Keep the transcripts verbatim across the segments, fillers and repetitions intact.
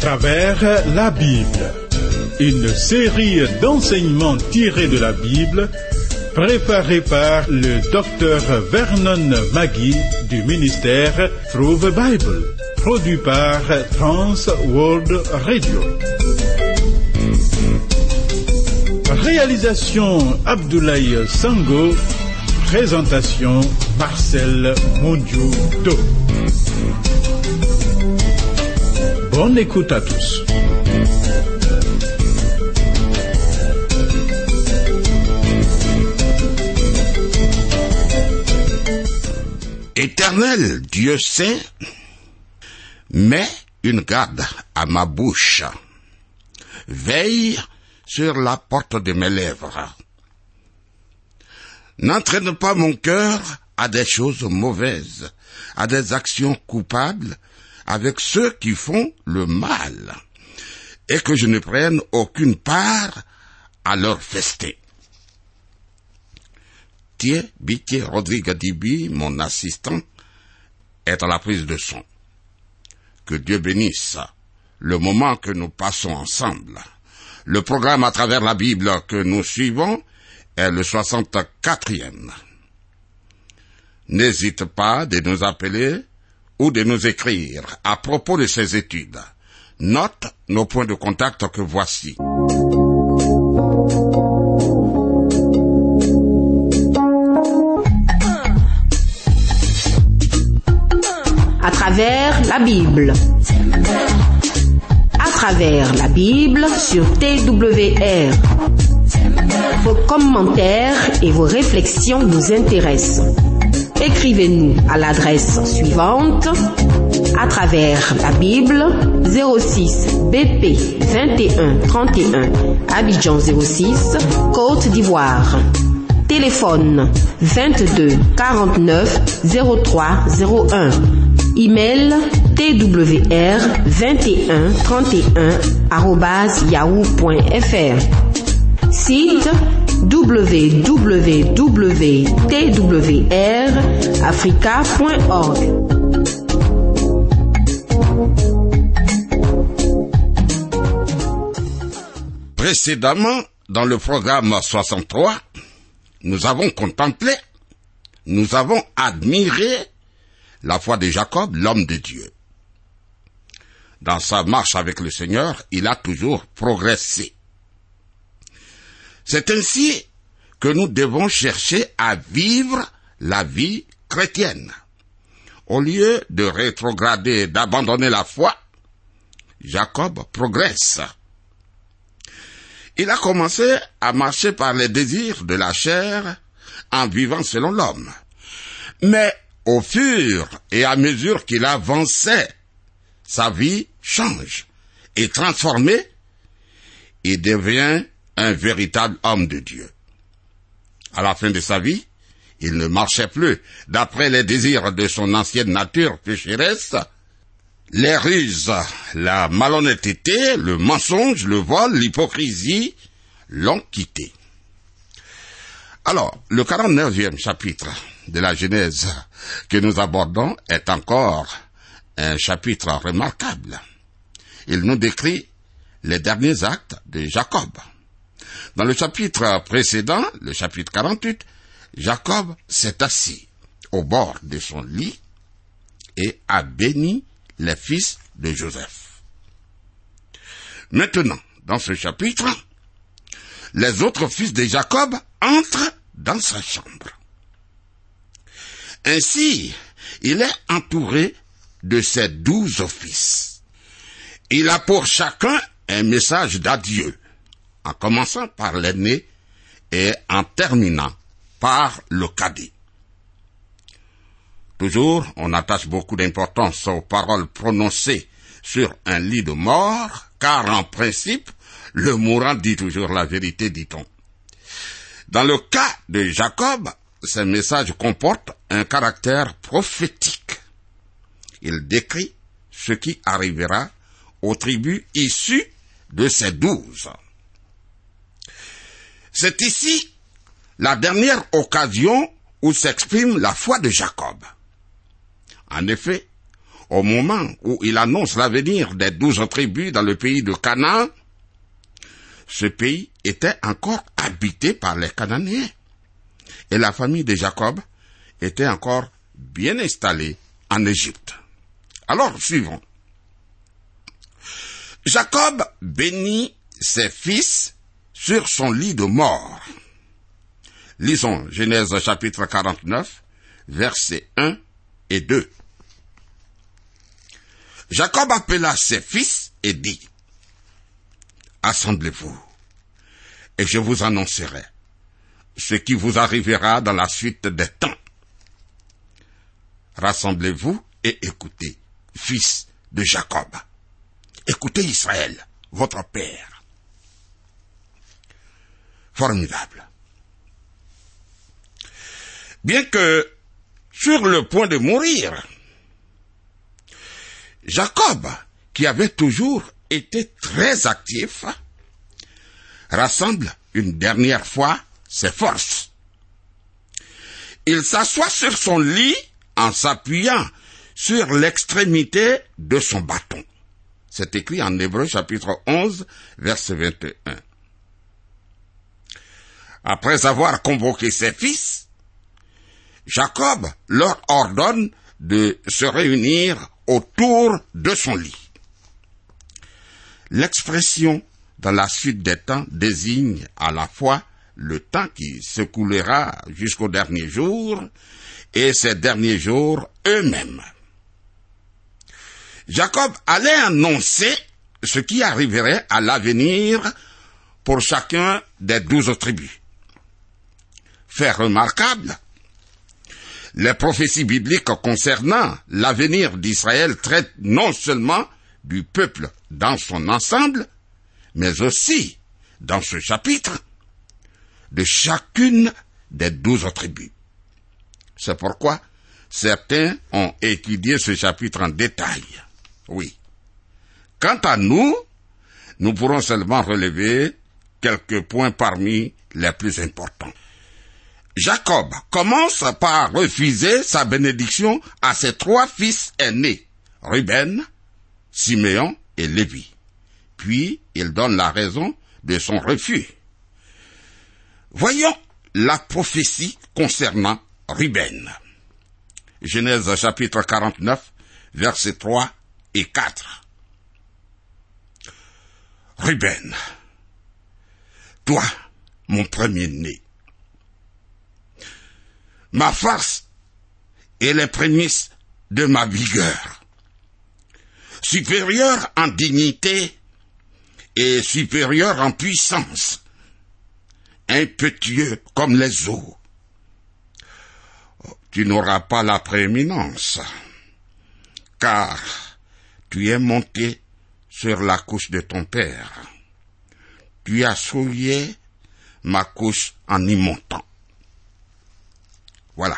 travers la Bible, une série d'enseignements tirés de la Bible, préparée par le docteur Vernon Magui du ministère Through the Bible, produit par Trans World Radio. Réalisation Abdoulaye Sango, présentation Marcel Mondiou-Do. Bonne écoute à tous. Éternel Dieu saint, mets une garde à ma bouche. Veille sur la porte de mes lèvres. N'entraîne pas mon cœur à des choses mauvaises, à des actions coupables, avec ceux qui font le mal, et que je ne prenne aucune part à leur festin. Thier Bitier Rodrigue Dibi, mon assistant, est à la prise de son. Que Dieu bénisse le moment que nous passons ensemble. Le programme à travers la Bible que nous suivons est le soixante-quatrième. N'hésite pas de nous appeler ou de nous écrire à propos de ces études. Note nos points de contact que voici. À travers la Bible. À travers la Bible sur T W R. Vos commentaires et vos réflexions nous intéressent. Écrivez-nous à l'adresse suivante: à travers la Bible, zéro six B P vingt et un trente et un, Abidjan zéro six, Côte d'Ivoire. Téléphone vingt-deux quarante-neuf zéro trois zéro un. Email T W R vingt et un trente et un arobase yahoo point f r. Site w w w point t w r africa point org. Précédemment, dans le programme soixante-trois, nous avons contemplé, nous avons admiré la foi de Jacob, l'homme de Dieu. Dans sa marche avec le Seigneur, il a toujours progressé. C'est ainsi que nous devons chercher à vivre la vie chrétienne. Au lieu de rétrograder et d'abandonner la foi, Jacob progresse. Il a commencé à marcher par les désirs de la chair en vivant selon l'homme. Mais au fur et à mesure qu'il avançait, sa vie change et transformée, il devient un véritable homme de Dieu. À la fin de sa vie, il ne marchait plus d'après les désirs de son ancienne nature pécheresse. Les ruses, la malhonnêteté, le mensonge, le vol, l'hypocrisie l'ont quitté. Alors, le quarante-neuvième chapitre de la Genèse que nous abordons est encore un chapitre remarquable. Il nous décrit les derniers actes de Jacob. Dans le chapitre précédent, le chapitre quarante-huit, Jacob s'est assis au bord de son lit et a béni les fils de Joseph. Maintenant, dans ce chapitre, les autres fils de Jacob entrent dans sa chambre. Ainsi, il est entouré de ses douze fils. Il a pour chacun un message d'adieu, en commençant par l'aîné et en terminant par le cadet. Toujours, on attache beaucoup d'importance aux paroles prononcées sur un lit de mort, car en principe, le mourant dit toujours la vérité, dit-on. Dans le cas de Jacob, ce message comporte un caractère prophétique. Il décrit ce qui arrivera aux tribus issues de ces douze. C'est ici la dernière occasion où s'exprime la foi de Jacob. En effet, au moment où il annonce l'avenir des douze tribus dans le pays de Canaan, ce pays était encore habité par les Cananéens. Et la famille de Jacob était encore bien installée en Égypte. Alors, suivons. Jacob bénit ses fils sur son lit de mort. Lisons Genèse chapitre quarante-neuf, versets un et deux. Jacob appela ses fils et dit, « Assemblez-vous, et je vous annoncerai ce qui vous arrivera dans la suite des temps. Rassemblez-vous et écoutez, fils de Jacob. Écoutez Israël, votre père. » Formidable. Bien que sur le point de mourir, Jacob, qui avait toujours été très actif, rassemble une dernière fois ses forces. Il s'assoit sur son lit en s'appuyant sur l'extrémité de son bâton. C'est écrit en Hébreux chapitre onze, verset vingt et un. Après avoir convoqué ses fils, Jacob leur ordonne de se réunir autour de son lit. L'expression « dans la suite des temps » désigne à la fois le temps qui s'écoulera jusqu'au dernier jour et ces derniers jours eux-mêmes. Jacob allait annoncer ce qui arriverait à l'avenir pour chacun des douze tribus. Fait remarquable, les prophéties bibliques concernant l'avenir d'Israël traitent non seulement du peuple dans son ensemble, mais aussi, dans ce chapitre, de chacune des douze tribus. C'est pourquoi certains ont étudié ce chapitre en détail. Oui. Quant à nous, nous pourrons seulement relever quelques points parmi les plus importants. Jacob commence par refuser sa bénédiction à ses trois fils aînés, Ruben, Siméon et Lévi. Puis, il donne la raison de son refus. Voyons la prophétie concernant Ruben. Genèse chapitre quarante-neuf, versets trois et quatre. Ruben, toi, mon premier-né, ma force et les prémices de ma vigueur, supérieur en dignité et supérieur en puissance, impétueux comme les eaux. Tu n'auras pas la prééminence, car tu es monté sur la couche de ton père. Tu as souillé ma couche en y montant. Voilà.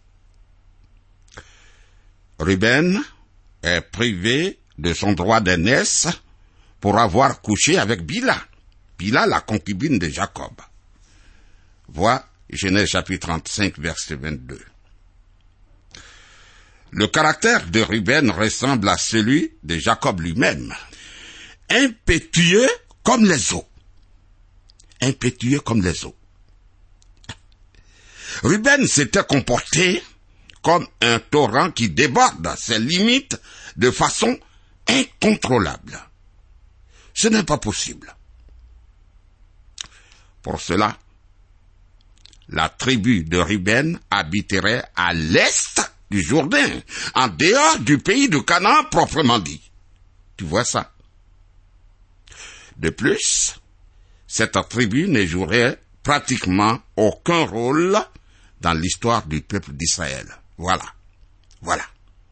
Ruben est privé de son droit d'aînesse pour avoir couché avec Bila. Bila, la concubine de Jacob. Vois Genèse chapitre trente-cinq, verset vingt-deux. Le caractère de Ruben ressemble à celui de Jacob lui-même. Impétueux comme les eaux. Impétueux comme les eaux. Ruben s'était comporté comme un torrent qui déborde ses limites de façon incontrôlable. Ce n'est pas possible. Pour cela, la tribu de Ruben habiterait à l'est du Jourdain, en dehors du pays de Canaan proprement dit. Tu vois ça? De plus, cette tribu ne jouerait pratiquement aucun rôle dans l'histoire du peuple d'Israël. Voilà. Voilà.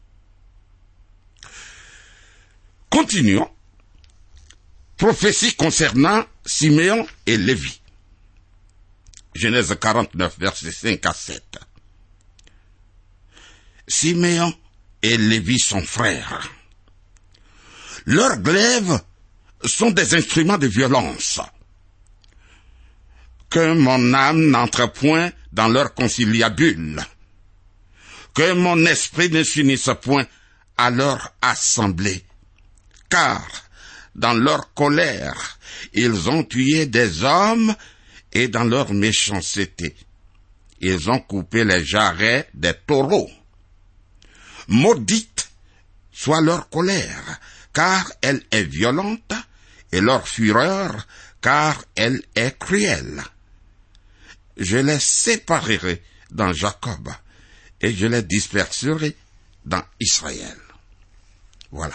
Continuons. Prophétie concernant Siméon et Lévi. Genèse quarante-neuf, versets cinq à sept. Siméon et Lévi sont frères. Leurs glaives sont des instruments de violence. Que mon âme n'entre point dans leur conciliabule. Que mon esprit ne s'unisse point à leur assemblée, car dans leur colère, ils ont tué des hommes et dans leur méchanceté, ils ont coupé les jarrets des taureaux. Maudite soit leur colère, car elle est violente, et leur fureur, car elle est cruelle. Je les séparerai dans Jacob, et je les disperserai dans Israël. Voilà.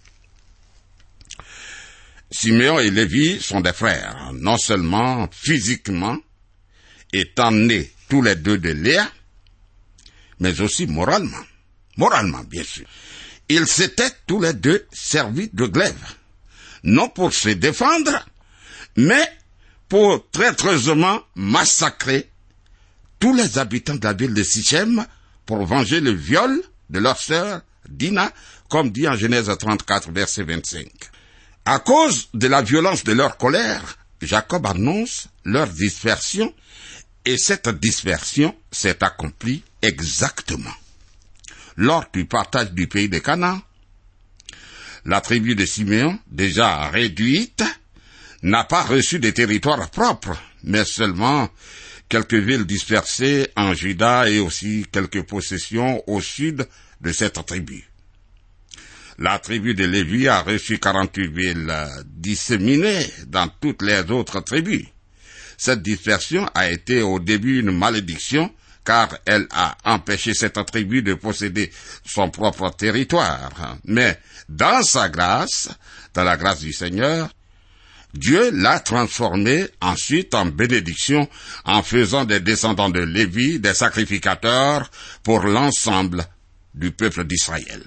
Siméon et Lévi sont des frères, non seulement physiquement, étant nés tous les deux de Léa, mais aussi moralement. Moralement, bien sûr. Ils s'étaient tous les deux servis de glaive, non pour se défendre, mais pour traîtreusement massacrer tous les habitants de la ville de Sichem pour venger le viol de leur sœur Dina, comme dit en Genèse trente-quatre, verset vingt-cinq. À cause de la violence de leur colère, Jacob annonce leur dispersion, et cette dispersion s'est accomplie exactement. Lors du partage du pays de Canaan, la tribu de Siméon, déjà réduite, n'a pas reçu des territoires propres, mais seulement quelques villes dispersées en Juda et aussi quelques possessions au sud de cette tribu. La tribu de Lévi a reçu quarante-huit villes disséminées dans toutes les autres tribus. Cette dispersion a été au début une malédiction, car elle a empêché cette tribu de posséder son propre territoire. Mais dans sa grâce, dans la grâce du Seigneur, Dieu l'a transformée ensuite en bénédiction en faisant des descendants de Lévi des sacrificateurs pour l'ensemble du peuple d'Israël.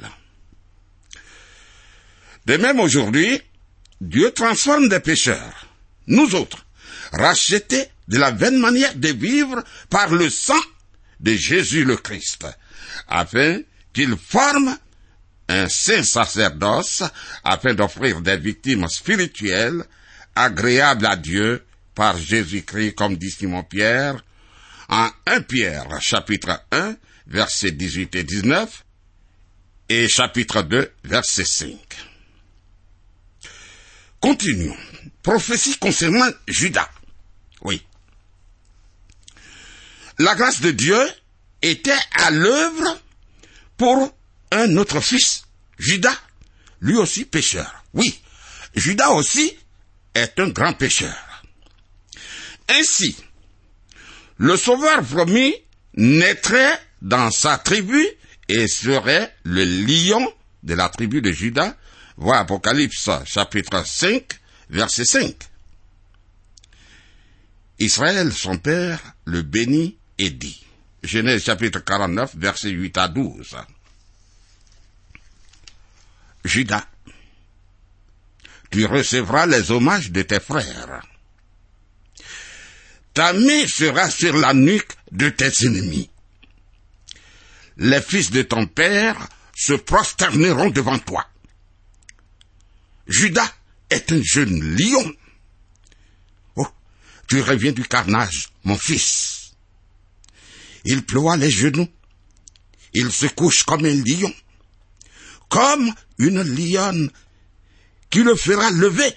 De même aujourd'hui, Dieu transforme des pécheurs, nous autres, rachetés de la vaine manière de vivre par le sang de Jésus le Christ, afin qu'il forme un saint sacerdoce, afin d'offrir des victimes spirituelles agréables à Dieu par Jésus-Christ, comme dit Simon-Pierre, en premier Pierre, chapitre un, versets dix-huit et dix-neuf, et chapitre deux, verset cinq. Continuons. Prophétie concernant Juda. Oui. La grâce de Dieu était à l'œuvre pour un autre fils, Juda, lui aussi pécheur. Oui, Juda aussi est un grand pécheur. Ainsi, le Sauveur promis naîtrait dans sa tribu et serait le lion de la tribu de Juda. Voir Apocalypse chapitre cinq, verset cinq. Israël, son père, le bénit et dit. Genèse chapitre quarante-neuf, verset huit à douze. Juda, tu recevras les hommages de tes frères. Ta main sera sur la nuque de tes ennemis. Les fils de ton père se prosterneront devant toi. Juda est un jeune lion. Oh, tu reviens du carnage, mon fils. Il ploie les genoux. Il se couche comme un lion, comme une lionne qui le fera lever.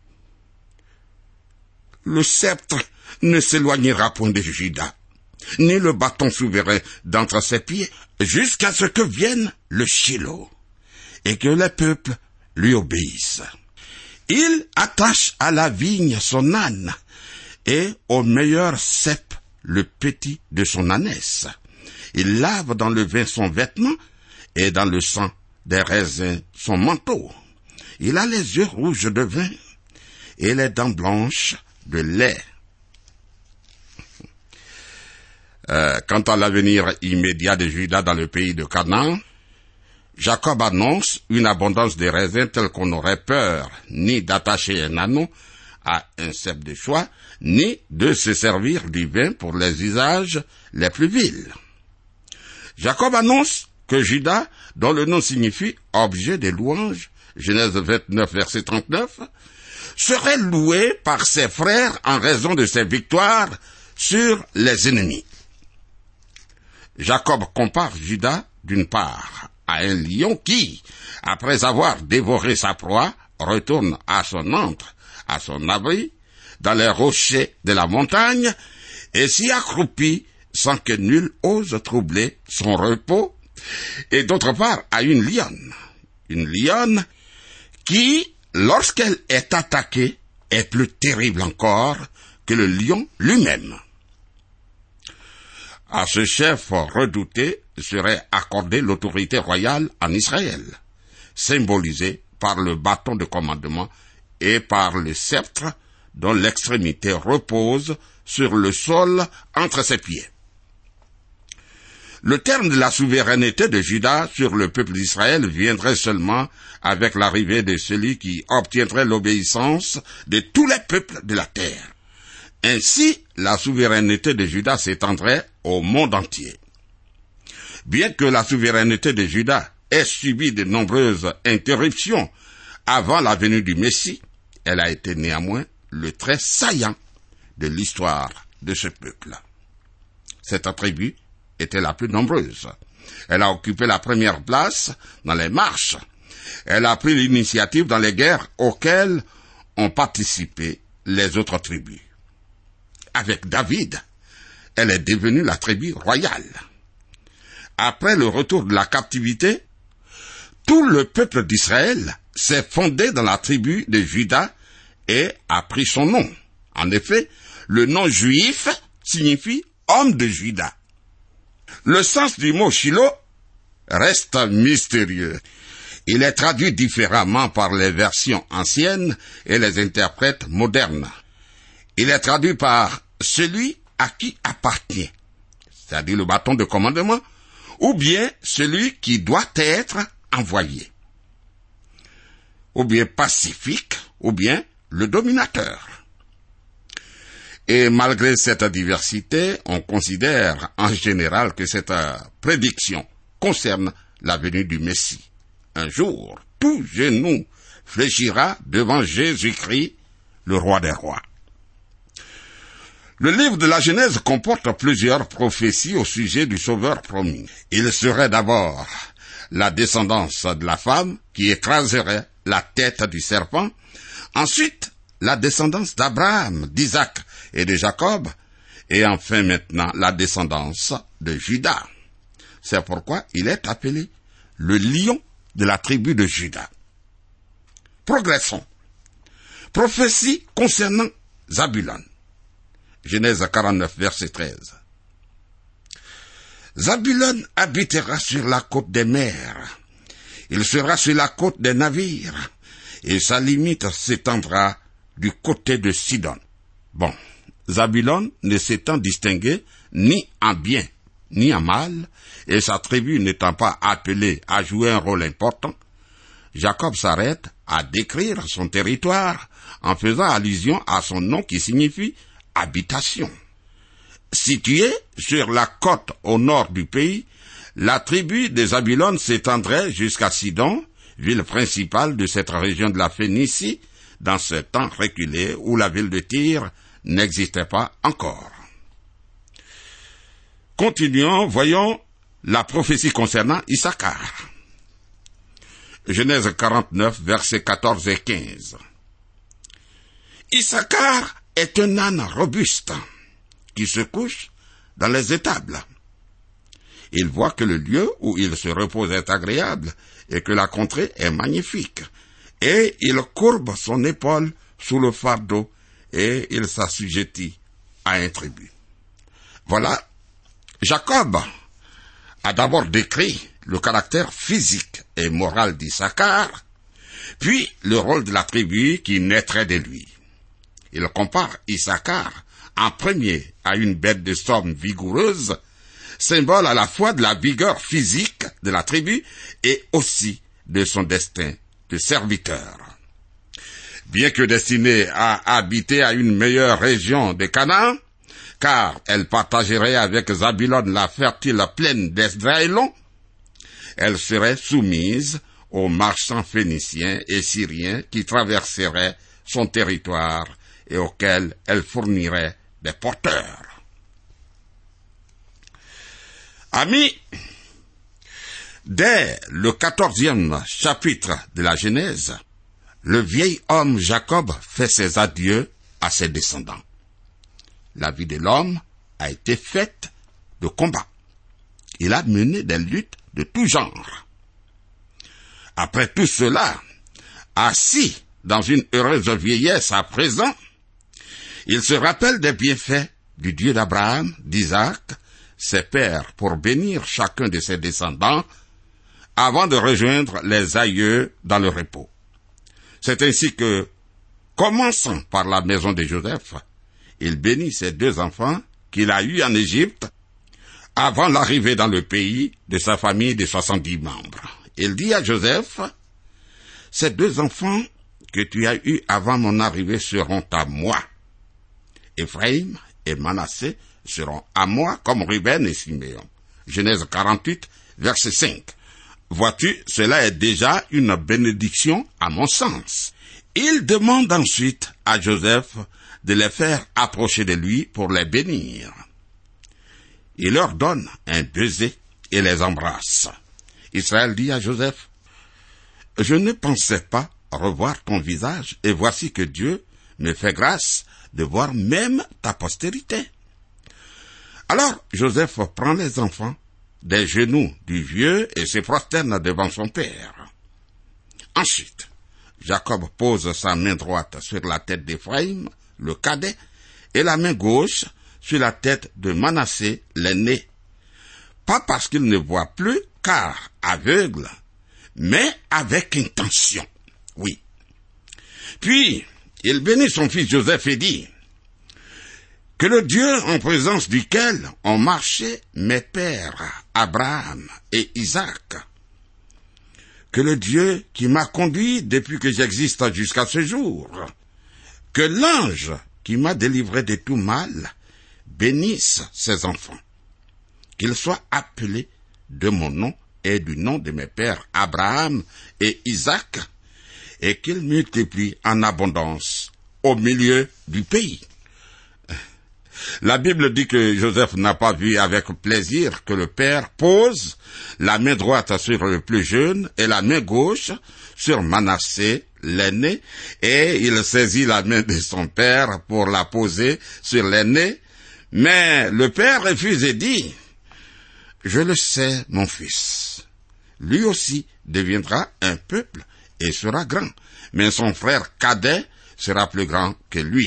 Le sceptre ne s'éloignera point de Juda, ni le bâton souverain d'entre ses pieds, jusqu'à ce que vienne le Shiloh, et que les peuples lui obéissent. Il attache à la vigne son âne, et au meilleur cep le petit de son ânesse. Il lave dans le vin son vêtement, et dans le sang des raisins son manteau. Il a les yeux rouges de vin, et les dents blanches de lait. Euh, quant à l'avenir immédiat de Juda dans le pays de Canaan, Jacob annonce une abondance de raisins telle qu'on n'aurait peur ni d'attacher un anneau à un cep de choix, ni de se servir du vin pour les usages les plus vils. Jacob annonce que Juda, dont le nom signifie objet de louange, Genèse vingt-neuf, verset trente-neuf, serait loué par ses frères en raison de ses victoires sur les ennemis. Jacob compare Juda, d'une part, à un lion qui, après avoir dévoré sa proie, retourne à son antre, à son abri, dans les rochers de la montagne, et s'y accroupit sans que nul ose troubler son repos, et d'autre part à une lionne, une lionne qui, lorsqu'elle est attaquée, est plus terrible encore que le lion lui-même. À ce chef redouté serait accordée l'autorité royale en Israël, symbolisée par le bâton de commandement et par le sceptre dont l'extrémité repose sur le sol entre ses pieds. Le terme de la souveraineté de Juda sur le peuple d'Israël viendrait seulement avec l'arrivée de celui qui obtiendrait l'obéissance de tous les peuples de la terre. Ainsi, la souveraineté de Juda s'étendrait au monde entier. Bien que la souveraineté de Juda ait subi de nombreuses interruptions avant la venue du Messie, elle a été néanmoins le trait saillant de l'histoire de ce peuple. Cette tribu était la plus nombreuse. Elle a occupé la première place dans les marches. Elle a pris l'initiative dans les guerres auxquelles ont participé les autres tribus. Avec David, elle est devenue la tribu royale. Après le retour de la captivité, tout le peuple d'Israël s'est fondé dans la tribu de Juda et a pris son nom. En effet, le nom juif signifie homme de Juda. Le sens du mot Shiloh reste mystérieux. Il est traduit différemment par les versions anciennes et les interprètes modernes. Il est traduit par celui à qui appartient, c'est-à-dire le bâton de commandement, ou bien celui qui doit être envoyé, ou bien pacifique, ou bien le dominateur. Et malgré cette diversité, on considère en général que cette prédiction concerne la venue du Messie. Un jour, tout genou fléchira devant Jésus-Christ, le roi des rois. Le livre de la Genèse comporte plusieurs prophéties au sujet du Sauveur promis. Il serait d'abord la descendance de la femme qui écraserait la tête du serpent, ensuite la descendance d'Abraham, d'Isaac et de Jacob, et enfin maintenant la descendance de Juda. C'est pourquoi il est appelé le lion de la tribu de Juda. Progressons. Prophétie concernant Zabulon. Genèse quarante-neuf, verset treize. Zabulon habitera sur la côte des mers. Il sera sur la côte des navires, et sa limite s'étendra du côté de Sidon. Bon, Zabulon ne s'étant distingué ni en bien ni en mal, et sa tribu n'étant pas appelée à jouer un rôle important, Jacob s'arrête à décrire son territoire en faisant allusion à son nom qui signifie habitation. Située sur la côte au nord du pays, la tribu des Zabulon s'étendrait jusqu'à Sidon, ville principale de cette région de la Phénicie, dans ce temps reculé où la ville de Tyr n'existait pas encore. Continuons, voyons la prophétie concernant Issachar. Genèse quarante-neuf, versets quatorze et quinze. Issachar est un âne robuste qui se couche dans les étables. Il voit que le lieu où il se repose est agréable et que la contrée est magnifique. Et il courbe son épaule sous le fardeau et il s'assujettit à un tribut. Voilà, Jacob a d'abord décrit le caractère physique et moral d'Issachar, puis le rôle de la tribu qui naîtrait de lui. Il compare Issachar en premier à une bête de somme vigoureuse, symbole à la fois de la vigueur physique de la tribu et aussi de son destin de serviteur. Bien que destinée à habiter à une meilleure région de Canaan, car elle partagerait avec Zabulon la fertile plaine d'Esdraélon, elle serait soumise aux marchands phéniciens et syriens qui traverseraient son territoire et auxquels elle fournirait des porteurs. Amis, Dès le quatorzième chapitre de la Genèse, le vieil homme Jacob fait ses adieux à ses descendants. La vie de l'homme a été faite de combats. Il a mené des luttes de tout genre. Après tout cela, assis dans une heureuse vieillesse à présent, il se rappelle des bienfaits du Dieu d'Abraham, d'Isaac, ses pères, pour bénir chacun de ses descendants avant de rejoindre les aïeux dans le repos. C'est ainsi que, commençant par la maison de Joseph, il bénit ses deux enfants qu'il a eus en Égypte avant l'arrivée dans le pays de sa famille de soixante-dix membres. Il dit à Joseph, « Ces deux enfants que tu as eus avant mon arrivée seront à moi. Ephraim et Manassé seront à moi comme Ruben et Siméon. » Genèse quarante-huit, verset cinq. Vois-tu, cela est déjà une bénédiction à mon sens. Il demande ensuite à Joseph de les faire approcher de lui pour les bénir. Il leur donne un baiser et les embrasse. Israël dit à Joseph, « Je ne pensais pas revoir ton visage, et voici que Dieu me fait grâce de voir même ta postérité. » Alors Joseph prend les enfants des genoux du vieux et se prosterne devant son père. Ensuite, Jacob pose sa main droite sur la tête d'Ephraim, le cadet, et la main gauche sur la tête de Manassé, l'aîné. Pas parce qu'il ne voit plus, car aveugle, mais avec intention. Oui. Puis, il bénit son fils Joseph et dit, « Que le Dieu en présence duquel ont marché mes pères, Abraham et Isaac, que le Dieu qui m'a conduit depuis que j'existe jusqu'à ce jour, que l'ange qui m'a délivré de tout mal bénisse ses enfants, qu'ils soient appelés de mon nom et du nom de mes pères Abraham et Isaac, et qu'ils multiplient en abondance au milieu du pays. » La Bible dit que Joseph n'a pas vu avec plaisir que le père pose la main droite sur le plus jeune et la main gauche sur Manassé, l'aîné, et il saisit la main de son père pour la poser sur l'aîné, mais le père refuse et dit, « Je le sais, mon fils, lui aussi deviendra un peuple et sera grand, mais son frère cadet sera plus grand que lui. »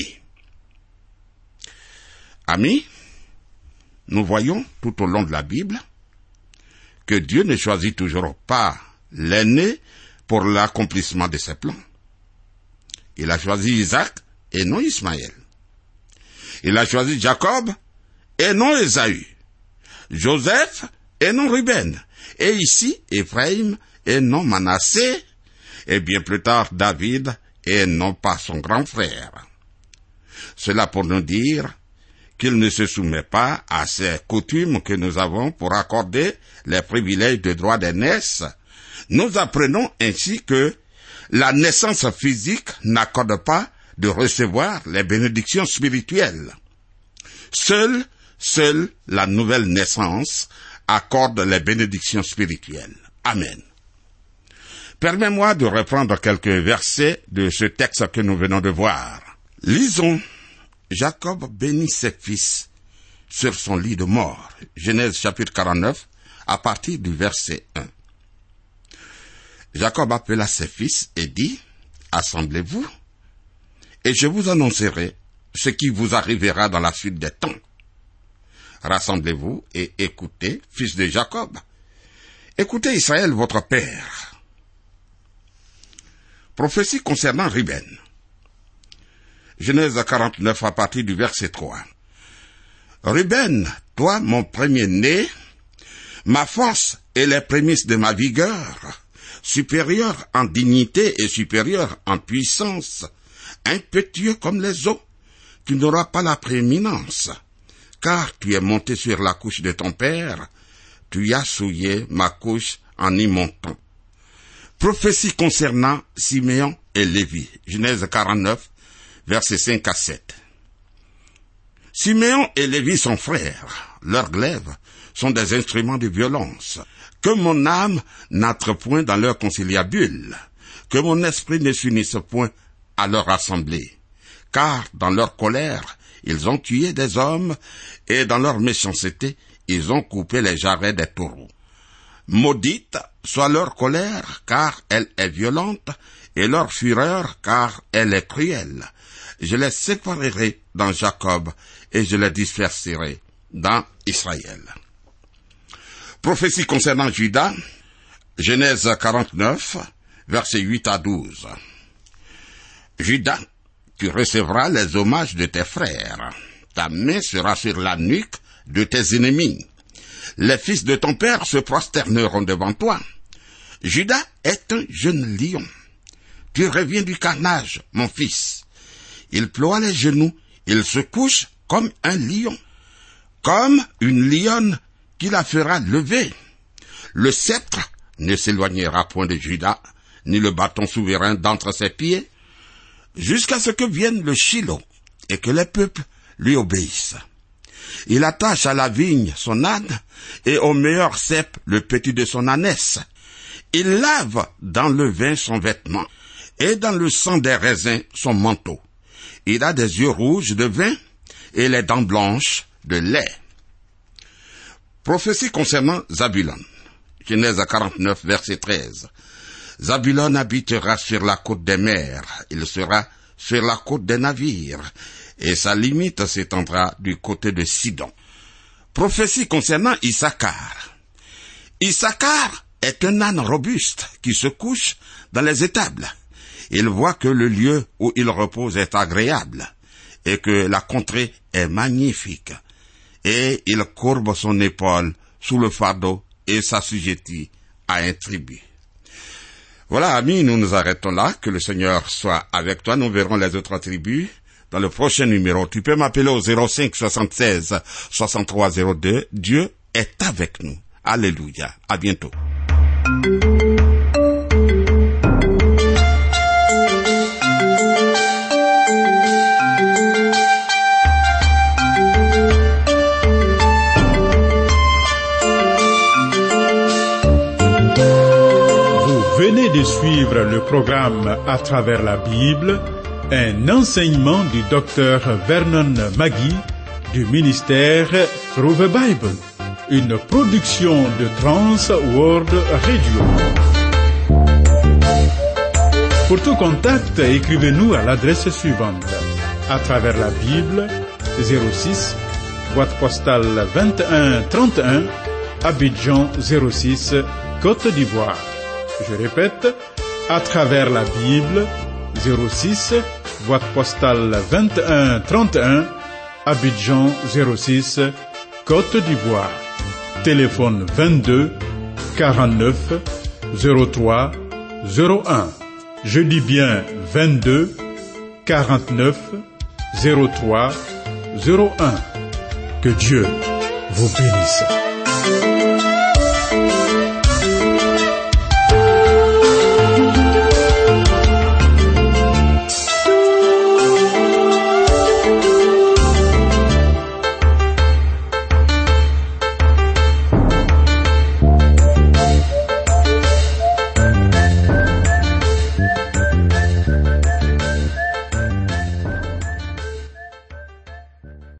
Amis, nous voyons tout au long de la Bible que Dieu ne choisit toujours pas l'aîné pour l'accomplissement de ses plans. Il a choisi Isaac et non Ismaël. Il a choisi Jacob et non Ésaü. Joseph et non Ruben. Et ici, Ephraim et non Manassé. Et bien plus tard, David et non pas son grand frère. Cela pour nous dire qu'il ne se soumet pas à ces coutumes que nous avons pour accorder les privilèges de droit d'aînesse. Nous apprenons ainsi que la naissance physique n'accorde pas de recevoir les bénédictions spirituelles. Seule, seule la nouvelle naissance accorde les bénédictions spirituelles. Amen. Permets-moi de reprendre quelques versets de ce texte que nous venons de voir. Lisons. Jacob bénit ses fils sur son lit de mort. Genèse chapitre quarante-neuf, à partir du verset un. Jacob appela ses fils et dit, « Assemblez-vous, et je vous annoncerai ce qui vous arrivera dans la suite des temps. Rassemblez-vous et écoutez, fils de Jacob. Écoutez Israël, votre père. » Prophétie concernant Ruben. Genèse quarante-neuf à partir du verset trois. Ruben, toi mon premier-né, ma force et les prémices de ma vigueur, supérieur en dignité et supérieur en puissance, impétueux comme les eaux, tu n'auras pas la prééminence, car tu es monté sur la couche de ton père, tu y as souillé ma couche en y montant. Prophétie concernant Siméon et Lévi. Genèse quarante-neuf, versets cinq à sept. Siméon et Lévi sont frères. Leurs glaives sont des instruments de violence. Que mon âme n'entre point dans leur conciliabule. Que mon esprit ne s'unisse point à leur assemblée. Car dans leur colère, ils ont tué des hommes, et dans leur méchanceté, ils ont coupé les jarrets des taureaux. Maudite soit leur colère, car elle est violente, et leur fureur, car elle est cruelle. Je les séparerai dans Jacob, et je les disperserai dans Israël. Prophétie concernant Juda, Genèse quarante-neuf, versets huit à douze. Juda, tu recevras les hommages de tes frères. Ta main sera sur la nuque de tes ennemis. Les fils de ton père se prosterneront devant toi. Juda est un jeune lion. Tu reviens du carnage, mon fils. Il ploie les genoux, il se couche comme un lion, comme une lionne qui la fera lever. Le sceptre ne s'éloignera point de Juda, ni le bâton souverain d'entre ses pieds, jusqu'à ce que vienne le Shilo, et que les peuples lui obéissent. Il attache à la vigne son âne, et au meilleur cep le petit de son ânesse. Il lave dans le vin son vêtement, et dans le sang des raisins son manteau. Il a des yeux rouges de vin, et les dents blanches de lait. Prophétie concernant Zabulon. Genèse quarante-neuf, verset treize. Zabulon habitera sur la côte des mers, il sera sur la côte des navires, et sa limite s'étendra du côté de Sidon. Prophétie concernant Issachar. Issachar est un âne robuste qui se couche dans les étables. Il voit que le lieu où il repose est agréable, et que la contrée est magnifique. Et il courbe son épaule sous le fardeau et s'assujettit à un tribut. Voilà, amis, nous nous arrêtons là. Que le Seigneur soit avec toi. Nous verrons les autres tribus dans le prochain numéro. Tu peux m'appeler au zéro cinq soixante-seize soixante-trois zéro deux. Dieu est avec nous. Alléluia. À bientôt. Venez de suivre le programme À travers la Bible, un enseignement du docteur Vernon Magui du ministère Through the Bible, une production de Trans World Radio. Pour tout contact, écrivez-nous à l'adresse suivante: À travers la Bible, zéro six, boîte postale vingt et un trente et un, Abidjan zéro six, Côte d'Ivoire. Je répète, À travers la Bible, zéro six, boîte postale vingt et un trente et un, Abidjan zéro six, Côte d'Ivoire. Téléphone vingt-deux quarante-neuf zéro trois zéro un. Je dis bien vingt-deux quarante-neuf zéro trois zéro un. Que Dieu vous bénisse.